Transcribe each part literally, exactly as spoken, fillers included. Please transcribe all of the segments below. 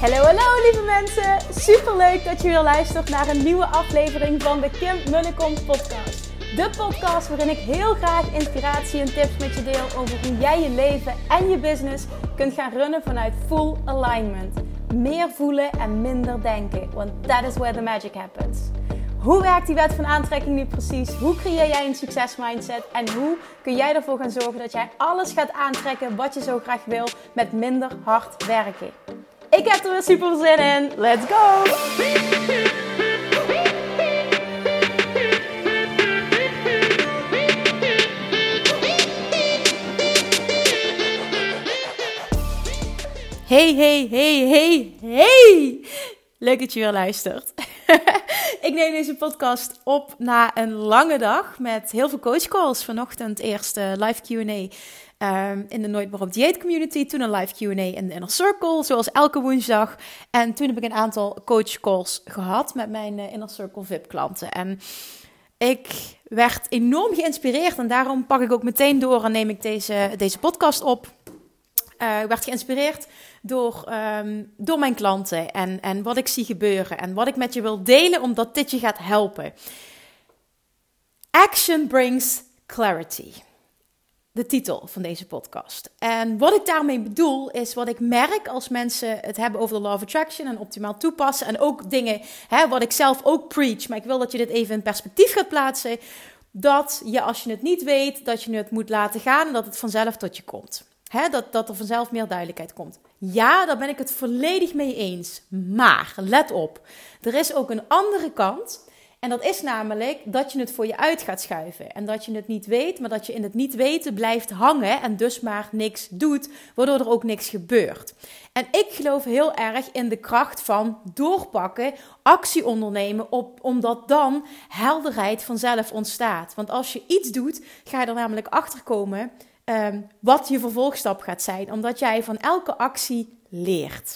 Hallo, hallo lieve mensen! Superleuk dat je weer luistert naar een nieuwe aflevering van de Kim Munnekom podcast. De podcast waarin ik heel graag inspiratie en tips met je deel over hoe jij je leven en je business kunt gaan runnen vanuit full alignment. Meer voelen en minder denken, want that is where the magic happens. Hoe werkt die wet van aantrekking nu precies? Hoe creëer jij een succesmindset? En hoe kun jij ervoor gaan zorgen dat jij alles gaat aantrekken wat je zo graag wil met minder hard werken? Ik heb er weer super zin in. Let's go! Hey, hey, hey, hey, hey! Leuk dat je weer luistert. Ik neem deze podcast op na een lange dag met heel veel coachcalls. Vanochtend eerst uh, live Q en A um, in de Nooit meer op dieet community. Toen een live Q en A in de Inner Circle, zoals elke woensdag. En toen heb ik een aantal coachcalls gehad met mijn uh, Inner Circle V I P-klanten. En ik werd enorm geïnspireerd en daarom pak ik ook meteen door en neem ik deze, deze podcast op. Uh, ik werd geïnspireerd door, um, door mijn klanten en, en wat ik zie gebeuren en wat ik met je wil delen, omdat dit je gaat helpen. Action brings clarity. De titel van deze podcast. En wat ik daarmee bedoel is wat ik merk als mensen het hebben over de Law of Attraction en optimaal toepassen. En ook dingen, hè, wat ik zelf ook preach, maar ik wil dat je dit even in perspectief gaat plaatsen. Dat je als je het niet weet, dat je het moet laten gaan en dat het vanzelf tot je komt. He, dat, dat er vanzelf meer duidelijkheid komt. Ja, daar ben ik het volledig mee eens. Maar, let op. Er is ook een andere kant. En dat is namelijk dat je het voor je uit gaat schuiven. En dat je het niet weet, maar dat je in het niet weten blijft hangen. En dus maar niks doet, waardoor er ook niks gebeurt. En ik geloof heel erg in de kracht van doorpakken, actie ondernemen. Op, omdat dan helderheid vanzelf ontstaat. Want als je iets doet, ga je er namelijk achter komen Um, wat je vervolgstap gaat zijn. Omdat jij van elke actie leert.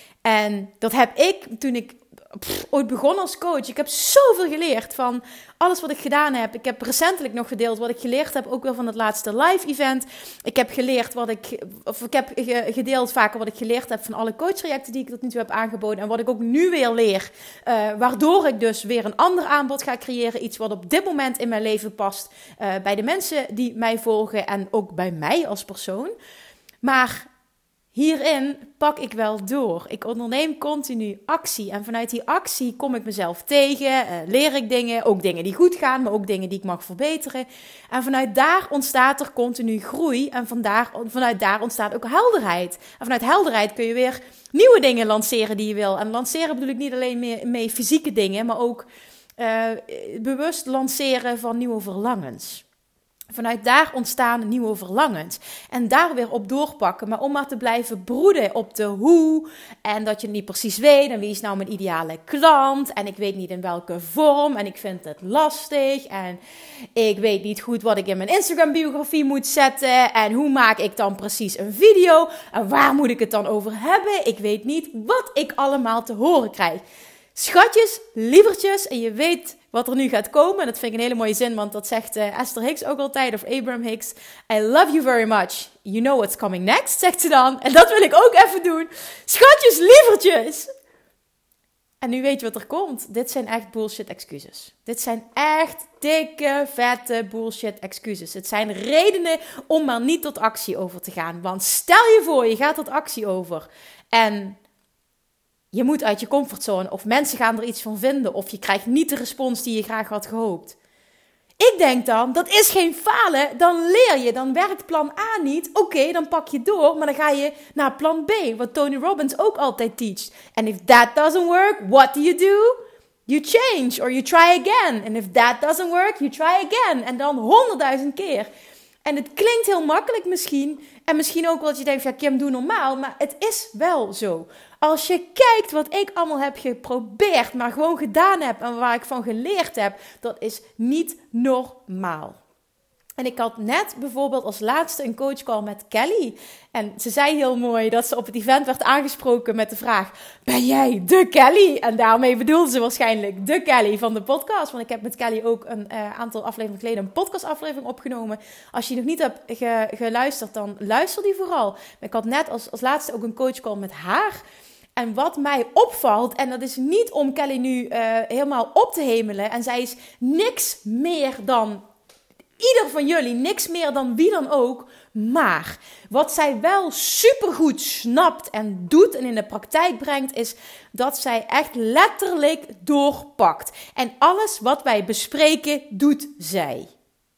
En dat heb ik toen ik pff, ooit begon als coach. Ik heb zoveel geleerd van alles wat ik gedaan heb. Ik heb recentelijk nog gedeeld wat ik geleerd heb. Ook wel van het laatste live event. Ik heb geleerd wat ik... Of ik heb gedeeld vaker wat ik geleerd heb van alle coachtrajecten die ik tot nu toe heb aangeboden. En wat ik ook nu weer leer. Uh, waardoor ik dus weer een ander aanbod ga creëren. Iets wat op dit moment in mijn leven past. Uh, bij de mensen die mij volgen. En ook bij mij als persoon. Maar hierin pak ik wel door. Ik onderneem continu actie. En vanuit die actie kom ik mezelf tegen. Uh, leer ik dingen. Ook dingen die goed gaan. Maar ook dingen die ik mag verbeteren. En vanuit daar ontstaat er continu groei. En vandaar, vanuit daar ontstaat ook helderheid. En vanuit helderheid kun je weer nieuwe dingen lanceren die je wil. En lanceren bedoel ik niet alleen mee, mee fysieke dingen. Maar ook uh, bewust lanceren van nieuwe verlangens. Vanuit daar ontstaan nieuwe verlangens. En daar weer op doorpakken. Maar om maar te blijven broeden op de hoe. En dat je niet precies weet. En wie is nou mijn ideale klant. En ik weet niet in welke vorm. En ik vind het lastig. En ik weet niet goed wat ik in mijn Instagram biografie moet zetten. En hoe maak ik dan precies een video. En waar moet ik het dan over hebben. Ik weet niet wat ik allemaal te horen krijg. Schatjes, lievertjes. En je weet wat er nu gaat komen. En dat vind ik een hele mooie zin. Want dat zegt uh, Esther Hicks ook altijd. Of Abraham Hicks. I love you very much. You know what's coming next. Zegt ze dan. En dat wil ik ook even doen. Schatjes, lievertjes. En nu weet je wat er komt. Dit zijn echt bullshit excuses. Dit zijn echt dikke, vette bullshit excuses. Het zijn redenen om maar niet tot actie over te gaan. Want stel je voor, je gaat tot actie over. En je moet uit je comfortzone, of mensen gaan er iets van vinden, of je krijgt niet de respons die je graag had gehoopt. Ik denk dan, dat is geen falen, dan leer je, dan werkt plan A niet, oké, okay, dan pak je door, maar dan ga je naar plan B, wat Tony Robbins ook altijd teacht. And if that doesn't work, what do you do? You change, or you try again. And if that doesn't work, you try again. En dan honderdduizend keer. En het klinkt heel makkelijk misschien. En misschien ook wel dat je denkt, ja Kim, doe normaal. Maar het is wel zo. Als je kijkt wat ik allemaal heb geprobeerd, maar gewoon gedaan heb en waar ik van geleerd heb, dat is niet normaal. En ik had net bijvoorbeeld als laatste een coachcall met Kelly. En ze zei heel mooi dat ze op het event werd aangesproken met de vraag: ben jij de Kelly? En daarmee bedoelde ze waarschijnlijk de Kelly van de podcast. Want ik heb met Kelly ook een uh, aantal afleveringen geleden een podcastaflevering opgenomen. Als je nog niet hebt ge- geluisterd, dan luister die vooral. Maar ik had net als, als laatste ook een coachcall met haar. En wat mij opvalt, en dat is niet om Kelly nu uh, helemaal op te hemelen. En zij is niks meer dan ieder van jullie, niks meer dan wie dan ook. Maar wat zij wel supergoed snapt en doet en in de praktijk brengt, is dat zij echt letterlijk doorpakt. En alles wat wij bespreken, doet zij.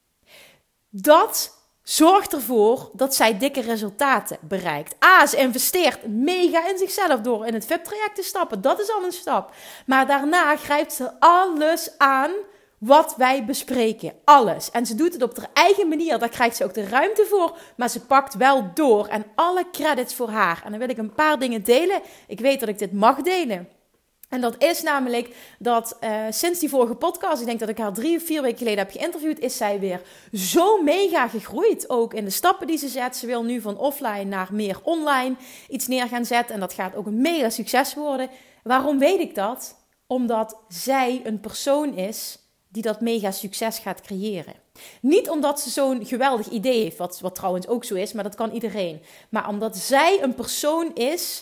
Dat zorgt ervoor dat zij dikke resultaten bereikt. A, ze investeert mega in zichzelf door in het V I P-traject te stappen. Dat is al een stap. Maar daarna grijpt ze alles aan wat wij bespreken. Alles. En ze doet het op haar eigen manier. Daar krijgt ze ook de ruimte voor. Maar ze pakt wel door. En alle credits voor haar. En dan wil ik een paar dingen delen. Ik weet dat ik dit mag delen. En dat is namelijk dat uh, sinds die vorige podcast, ik denk dat ik haar drie of vier weken geleden heb geïnterviewd, is zij weer zo mega gegroeid. Ook in de stappen die ze zet. Ze wil nu van offline naar meer online iets neer gaan zetten. En dat gaat ook een mega succes worden. Waarom weet ik dat? Omdat zij een persoon is die dat mega succes gaat creëren. Niet omdat ze zo'n geweldig idee heeft, wat, wat trouwens ook zo is, maar dat kan iedereen. Maar omdat zij een persoon is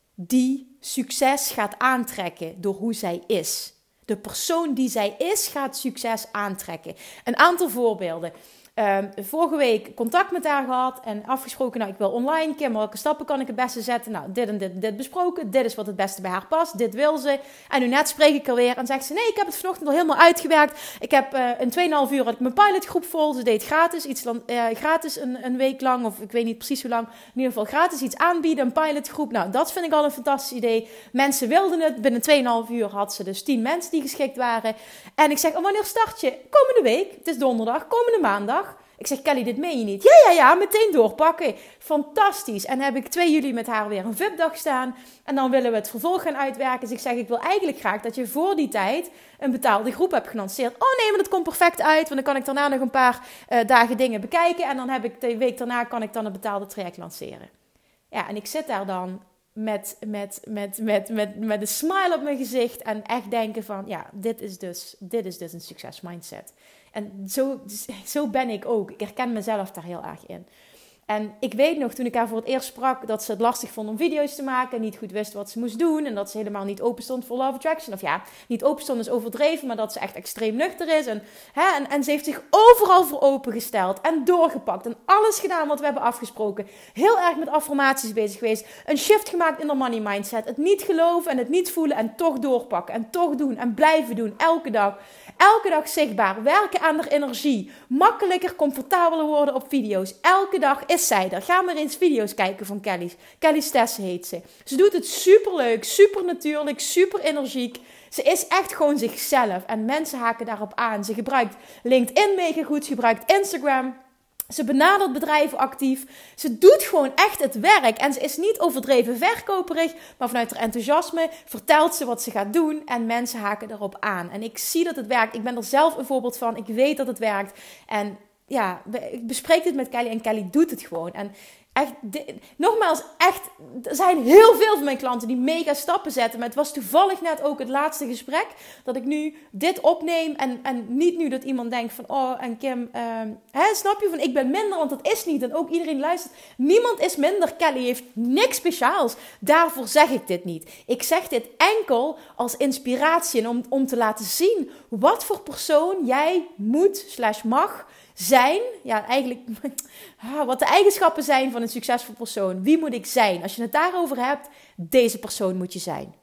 die succes gaat aantrekken door hoe zij is. De persoon die zij is, gaat succes aantrekken. Een aantal voorbeelden. Um, vorige week contact met haar gehad en afgesproken, nou ik wil online, Kim, welke stappen kan ik het beste zetten? Nou, dit en dit, dit besproken, dit is wat het beste bij haar past, dit wil ze. En nu net spreek ik er weer en zegt ze, nee, ik heb het vanochtend al helemaal uitgewerkt. Ik heb uh, in twee komma vijf uur had ik mijn pilotgroep vol, ze deed gratis, iets uh, gratis een, een week lang, of ik weet niet precies hoe lang, in ieder geval gratis iets aanbieden, een pilotgroep. Nou, dat vind ik al een fantastisch idee. Mensen wilden het, binnen twee komma vijf uur had ze dus tien mensen die geschikt waren. En ik zeg, oh, wanneer start je? Komende week, het is donderdag, komende maandag. Ik zeg, Kelly, dit meen je niet? Ja, ja, ja, meteen doorpakken. Fantastisch. En dan heb ik twee juli met haar weer een V I P-dag staan. En dan willen we het vervolg gaan uitwerken. Dus ik zeg, ik wil eigenlijk graag dat je voor die tijd een betaalde groep hebt gelanceerd. Oh nee, maar dat komt perfect uit. Want dan kan ik daarna nog een paar uh, dagen dingen bekijken. En dan heb ik de week daarna kan ik dan een betaalde traject lanceren. Ja, en ik zit daar dan met, met, met, met, met, met een smile op mijn gezicht. En echt denken van, ja, dit is dus, dit is dus een succes mindset. En zo, zo ben ik ook. Ik herken mezelf daar heel erg in. En ik weet nog, toen ik haar voor het eerst sprak, dat ze het lastig vond om video's te maken. Niet goed wist wat ze moest doen. En dat ze helemaal niet open stond voor Law of Attraction. Of ja, niet open stond is overdreven, maar dat ze echt extreem nuchter is. En, hè, en, en ze heeft zich overal voor opengesteld en doorgepakt. En alles gedaan wat we hebben afgesproken. Heel erg met affirmaties bezig geweest. Een shift gemaakt in de money mindset. Het niet geloven en het niet voelen en toch doorpakken. En toch doen en blijven doen. Elke dag. Elke dag zichtbaar. Werken aan haar energie. Makkelijker, comfortabeler worden op video's. Elke dag is zij er. Ga maar eens video's kijken van Kelly. Kelly Stess heet ze. Ze doet het superleuk, super natuurlijk, super energiek. Ze is echt gewoon zichzelf. En mensen haken daarop aan. Ze gebruikt LinkedIn mega goed. Ze gebruikt Instagram. Ze benadert bedrijven actief. Ze doet gewoon echt het werk. En ze is niet overdreven verkoperig. Maar vanuit haar enthousiasme vertelt ze wat ze gaat doen. En mensen haken erop aan. En ik zie dat het werkt. Ik ben er zelf een voorbeeld van. Ik weet dat het werkt. En ja, ik bespreek dit met Kelly. En Kelly doet het gewoon. En echt, de, nogmaals, echt, er zijn heel veel van mijn klanten die mega stappen zetten. Maar het was toevallig net ook het laatste gesprek dat ik nu dit opneem. En, en niet nu dat iemand denkt van, oh, en Kim, uh, hè, snap je, van ik ben minder, want dat is niet. En ook iedereen luistert. Niemand is minder. Kelly heeft niks speciaals. Daarvoor zeg ik dit niet. Ik zeg dit enkel als inspiratie en om, om te laten zien wat voor persoon jij moet slash mag zijn, ja, eigenlijk wat de eigenschappen zijn van een succesvol persoon. Wie moet ik zijn? Als je het daarover hebt, deze persoon moet je zijn.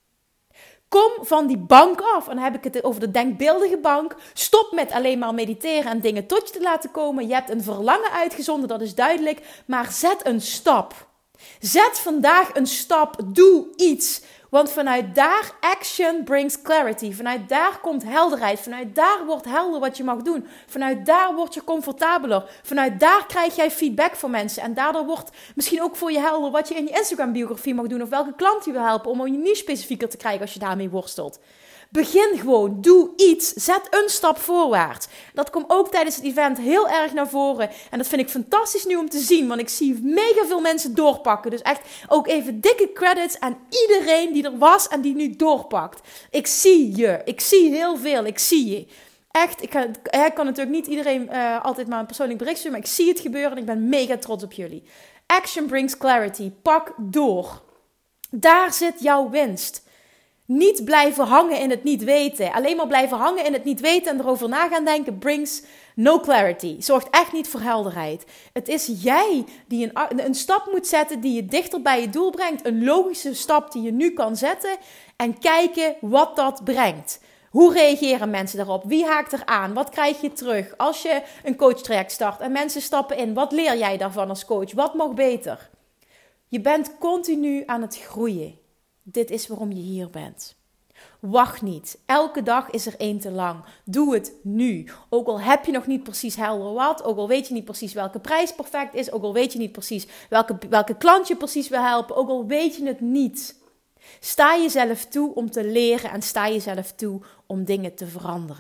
Kom van die bank af. En dan heb ik het over de denkbeeldige bank. Stop met alleen maar mediteren en dingen tot je te laten komen. Je hebt een verlangen uitgezonden, dat is duidelijk. Maar zet een stap. Zet vandaag een stap. Doe iets. Want vanuit daar, action brings clarity. Vanuit daar komt helderheid. Vanuit daar wordt helder wat je mag doen. Vanuit daar word je comfortabeler. Vanuit daar krijg jij feedback van mensen. En daardoor wordt misschien ook voor je helder wat je in je Instagram-biografie mag doen. Of welke klant je wil helpen om je niche specifieker te krijgen als je daarmee worstelt. Begin gewoon, doe iets, zet een stap voorwaarts. Dat komt ook tijdens het event heel erg naar voren. En dat vind ik fantastisch nu om te zien, want ik zie mega veel mensen doorpakken. Dus echt ook even dikke credits aan iedereen die er was en die nu doorpakt. Ik zie je, ik zie heel veel, ik zie je. Echt, ik kan, ik kan natuurlijk niet iedereen uh, altijd maar een persoonlijk bericht sturen, maar ik zie het gebeuren en ik ben mega trots op jullie. Action brings clarity, pak door. Daar zit jouw winst. Niet blijven hangen in het niet weten. Alleen maar blijven hangen in het niet weten en erover na gaan denken brings no clarity. Zorgt echt niet voor helderheid. Het is jij die een, een stap moet zetten die je dichter bij je doel brengt. Een logische stap die je nu kan zetten. En kijken wat dat brengt. Hoe reageren mensen daarop? Wie haakt er aan? Wat krijg je terug? Als je een coachtraject start en mensen stappen in. Wat leer jij daarvan als coach? Wat mag beter? Je bent continu aan het groeien. Dit is waarom je hier bent. Wacht niet. Elke dag is er één te lang. Doe het nu. Ook al heb je nog niet precies helder wat. Ook al weet je niet precies welke prijs perfect is. Ook al weet je niet precies welke, welke klant je precies wil helpen. Ook al weet je het niet. Sta jezelf toe om te leren en sta jezelf toe om dingen te veranderen.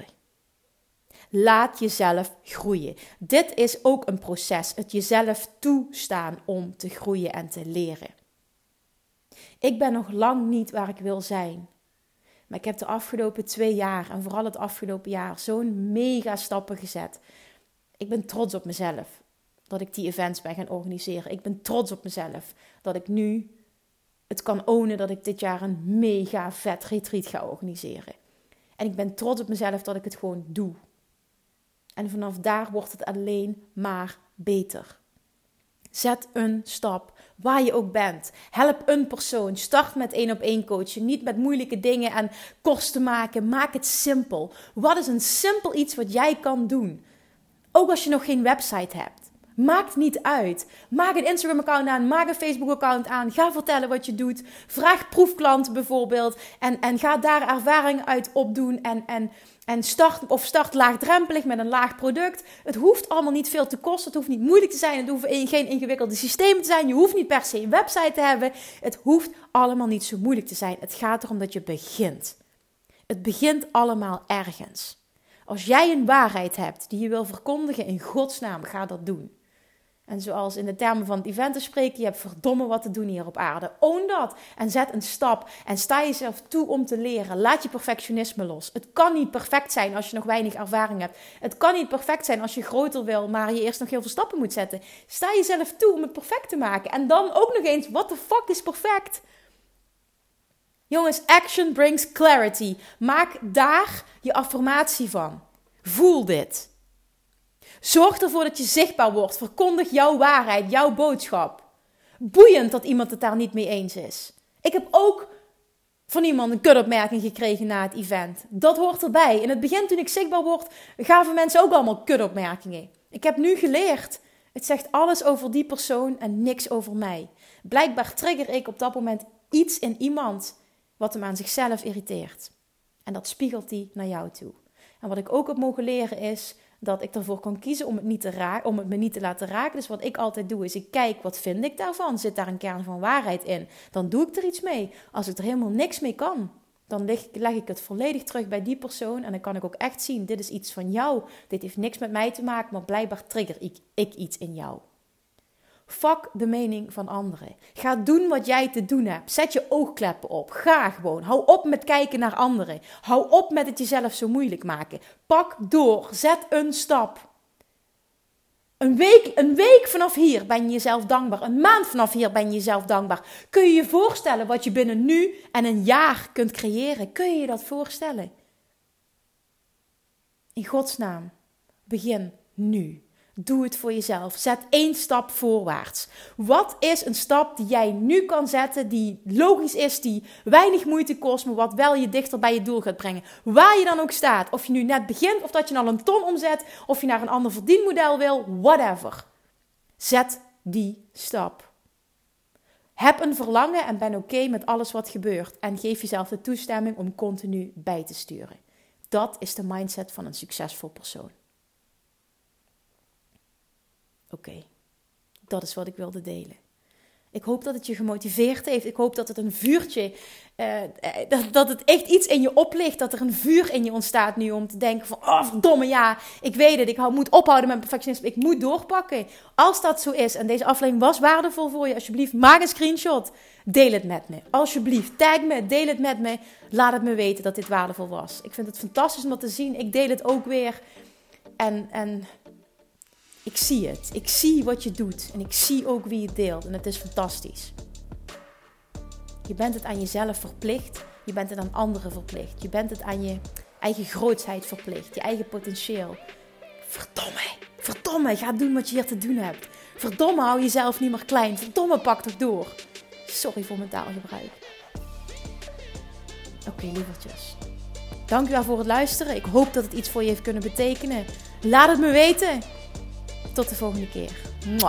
Laat jezelf groeien. Dit is ook een proces. Het jezelf toestaan om te groeien en te leren. Ik ben nog lang niet waar ik wil zijn. Maar ik heb de afgelopen twee jaar en vooral het afgelopen jaar zo'n mega stappen gezet. Ik ben trots op mezelf dat ik die events ben gaan organiseren. Ik ben trots op mezelf dat ik nu het kan ownen dat ik dit jaar een mega vet retreat ga organiseren. En ik ben trots op mezelf dat ik het gewoon doe. En vanaf daar wordt het alleen maar beter. Zet een stap, waar je ook bent. Help een persoon. Start met één op één coaching. Niet met moeilijke dingen en kosten maken. Maak het simpel. Wat is een simpel iets wat jij kan doen? Ook als je nog geen website hebt. Maakt niet uit. Maak een Instagram-account aan. Maak een Facebook-account aan. Ga vertellen wat je doet. Vraag proefklanten bijvoorbeeld. En, en ga daar ervaring uit opdoen. En, en, en start, of start laagdrempelig met een laag product. Het hoeft allemaal niet veel te kosten. Het hoeft niet moeilijk te zijn. Het hoeven geen ingewikkelde systemen te zijn. Je hoeft niet per se een website te hebben. Het hoeft allemaal niet zo moeilijk te zijn. Het gaat erom dat je begint. Het begint allemaal ergens. Als jij een waarheid hebt die je wil verkondigen in Gods naam, ga dat doen. En zoals in de termen van het event te spreken, je hebt verdomme wat te doen hier op aarde. Own dat en zet een stap en sta jezelf toe om te leren. Laat je perfectionisme los. Het kan niet perfect zijn als je nog weinig ervaring hebt. Het kan niet perfect zijn als je groter wil, maar je eerst nog heel veel stappen moet zetten. Sta jezelf toe om het perfect te maken. En dan ook nog eens, what the fuck is perfect? Jongens, action brings clarity. Maak daar je affirmatie van. Voel dit. Zorg ervoor dat je zichtbaar wordt. Verkondig jouw waarheid, jouw boodschap. Boeiend dat iemand het daar niet mee eens is. Ik heb ook van iemand een kutopmerking gekregen na het event. Dat hoort erbij. In het begin, toen ik zichtbaar word, gaven mensen ook allemaal kutopmerkingen. Ik heb nu geleerd. Het zegt alles over die persoon en niks over mij. Blijkbaar trigger ik op dat moment iets in iemand wat hem aan zichzelf irriteert. En dat spiegelt hij naar jou toe. En wat ik ook heb mogen leren is dat ik ervoor kan kiezen om het, niet te raken, om het me niet te laten raken. Dus wat ik altijd doe is, ik kijk, wat vind ik daarvan? Zit daar een kern van waarheid in? Dan doe ik er iets mee. Als ik er helemaal niks mee kan, dan leg, leg ik het volledig terug bij die persoon. En dan kan ik ook echt zien, dit is iets van jou. Dit heeft niks met mij te maken, maar blijkbaar trigger ik, ik iets in jou. Fuck de mening van anderen. Ga doen wat jij te doen hebt. Zet je oogkleppen op. Ga gewoon. Hou op met kijken naar anderen. Hou op met het jezelf zo moeilijk maken. Pak door. Zet een stap. Een week, een week vanaf hier ben je jezelf dankbaar. Een maand vanaf hier ben je jezelf dankbaar. Kun je je voorstellen wat je binnen nu en een jaar kunt creëren? Kun je je dat voorstellen? In Gods naam. Begin nu. Doe het voor jezelf. Zet één stap voorwaarts. Wat is een stap die jij nu kan zetten, die logisch is, die weinig moeite kost, maar wat wel je dichter bij je doel gaat brengen? Waar je dan ook staat. Of je nu net begint, of dat je al een ton omzet, of je naar een ander verdienmodel wil, whatever. Zet die stap. Heb een verlangen en ben oké met alles wat gebeurt. En geef jezelf de toestemming om continu bij te sturen. Dat is de mindset van een succesvol persoon. Oké, okay. Dat is wat ik wilde delen. Ik hoop dat het je gemotiveerd heeft. Ik hoop dat het een vuurtje, uh, dat, dat het echt iets in je oplicht. Dat er een vuur in je ontstaat nu om te denken van, oh verdomme ja, ik weet het. Ik hou, moet ophouden met perfectionisme. Ik moet doorpakken. Als dat zo is en deze aflevering was waardevol voor je, alsjeblieft maak een screenshot. Deel het met me. Alsjeblieft, tag me, deel het met me. Laat het me weten dat dit waardevol was. Ik vind het fantastisch om dat te zien. Ik deel het ook weer. En... en Ik zie het. Ik zie wat je doet. En ik zie ook wie je deelt. En het is fantastisch. Je bent het aan jezelf verplicht. Je bent het aan anderen verplicht. Je bent het aan je eigen grootsheid verplicht. Je eigen potentieel. Verdomme, verdomme, ga doen wat je hier te doen hebt. Verdomme, hou jezelf niet meer klein. Verdomme, pak toch door. Sorry voor mijn taalgebruik. Oké, okay, lievertjes. Dank u wel voor het luisteren. Ik hoop dat het iets voor je heeft kunnen betekenen. Laat het me weten. Tot de volgende keer. Mwah.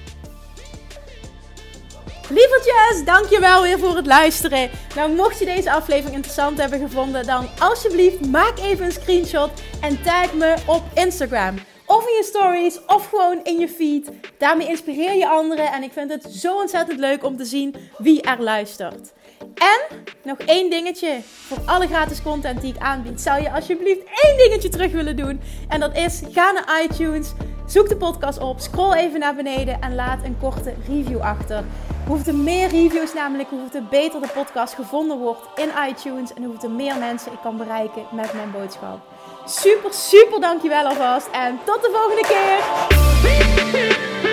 Lievertjes, dankjewel weer voor het luisteren. Nou, mocht je deze aflevering interessant hebben gevonden, dan alsjeblieft maak even een screenshot en tag me op Instagram. Of in je stories, of gewoon in je feed. Daarmee inspireer je anderen en ik vind het zo ontzettend leuk om te zien wie er luistert. En nog één dingetje. Voor alle gratis content die ik aanbied, zou je alsjeblieft één dingetje terug willen doen. En dat is, ga naar iTunes, zoek de podcast op, scroll even naar beneden en laat een korte review achter. Hoeveel meer reviews namelijk, hoeveel beter de podcast gevonden wordt in iTunes. En hoeveel meer mensen ik kan bereiken met mijn boodschap. Super, super dankjewel alvast. En tot de volgende keer.